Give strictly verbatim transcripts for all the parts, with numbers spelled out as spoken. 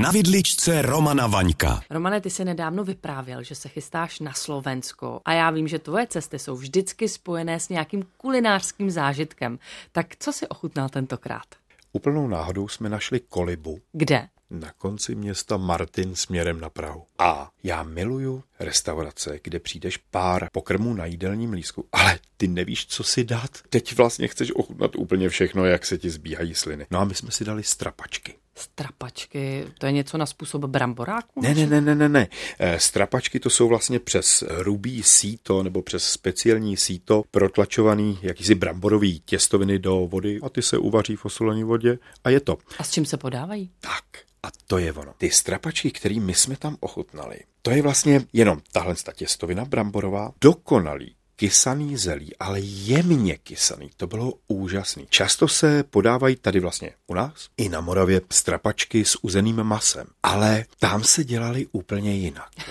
Na vidličce Romana Vaňka. Romane, ty jsi nedávno vyprávěl, že se chystáš na Slovensko a já vím, že tvoje cesty jsou vždycky spojené s nějakým kulinářským zážitkem. Tak co jsi ochutnal tentokrát? Úplnou náhodou jsme našli kolibu. Kde? Na konci města Martin směrem na Prahu. A já miluju restaurace, kde přijdeš pár pokrmů na jídelním lístku, ale ty nevíš, co si dát. Teď vlastně chceš ochutnat úplně všechno, jak se ti zbíhají sliny. No a my jsme si dali strapačky. Strapačky, to je něco na způsob bramboráku? Ne, ne, ne, ne, ne, ne. Strapačky to jsou vlastně přes hrubý síto nebo přes speciální síto protlačovaný jakýsi bramborový těstoviny do vody a ty se uvaří v osolené vodě a je to. A s čím se podávají? Tak. A to je ono. Ty strapačky, který my jsme tam ochutnali, to je vlastně jenom tahle těstovina bramborová, dokonalý kysaný zelí, ale jemně kysaný. To bylo úžasný. Často se podávají tady vlastně u nás i na Moravě strapačky s uzeným masem, ale tam se dělali úplně jinak. Jo.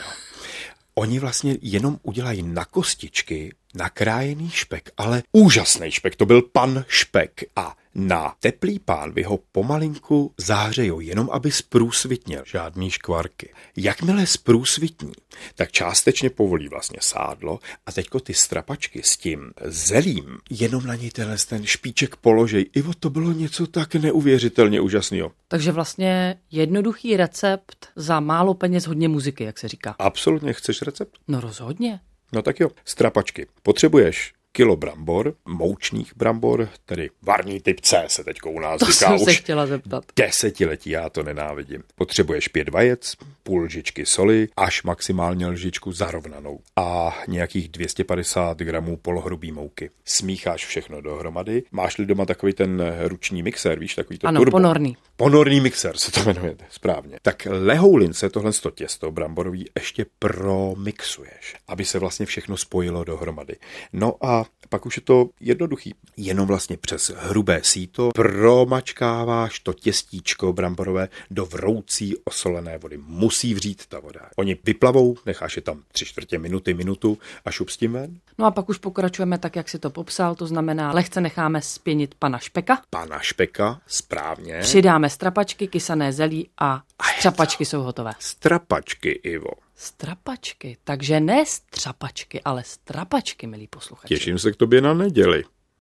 Oni vlastně jenom udělají na kostičky nakrájený špek, ale úžasný špek, to byl pan špek a na teplý pánvi ho pomalinku zahřejou, jenom aby zprůsvitněl, žádný škvarky. Jakmile zprůsvitní, tak částečně povolí vlastně sádlo a teďko ty strapačky s tím zelím jenom na něj tenhle ten špíček položej. Ivo, to bylo něco tak neuvěřitelně úžasného. Takže vlastně jednoduchý recept za málo peněz, hodně muziky, jak se říká. Absolutně, chceš recept? No rozhodně. No tak jo, strapačky. Potřebuješ kilo brambor, moučných brambor, tedy varní typ C se teďko u nás to říká jsem už se chtěla zeptat. Desetiletí, já to nenávidím. Potřebuješ pět vajec, půl lžičky soli, až maximálně lžičku zarovnanou a nějakých dvě stě padesát gramů polohrubý mouky. Smícháš všechno dohromady. Máš-li doma takový ten ruční mixér, víš, takový to ano, turbo. ponorný. Ponorný mixér se to jmenuje, správně. Tak lehou lince tohle těsto bramborový ještě promixuješ, aby se vlastně všechno spojilo dohromady. No a pak už je to jednoduchý. Jenom vlastně přes hrubé síto promačkáváš to těstíčko bramborové do vroucí osolené vody. Musí vřít ta voda. Oni vyplavou, necháš je tam tři čtvrtě minuty, minutu a šup s tím ven. No a pak už pokračujeme tak, jak si to popsal, to znamená, lehce necháme spěnit pana špeka. Pana špeka, správně. Přidáme strapačky, kysané zelí a strapačky jsou hotové. Strapačky, Ivo. Strapačky, takže ne střapačky, ale strapačky, milí posluchači. Těším se k tobě na neděli.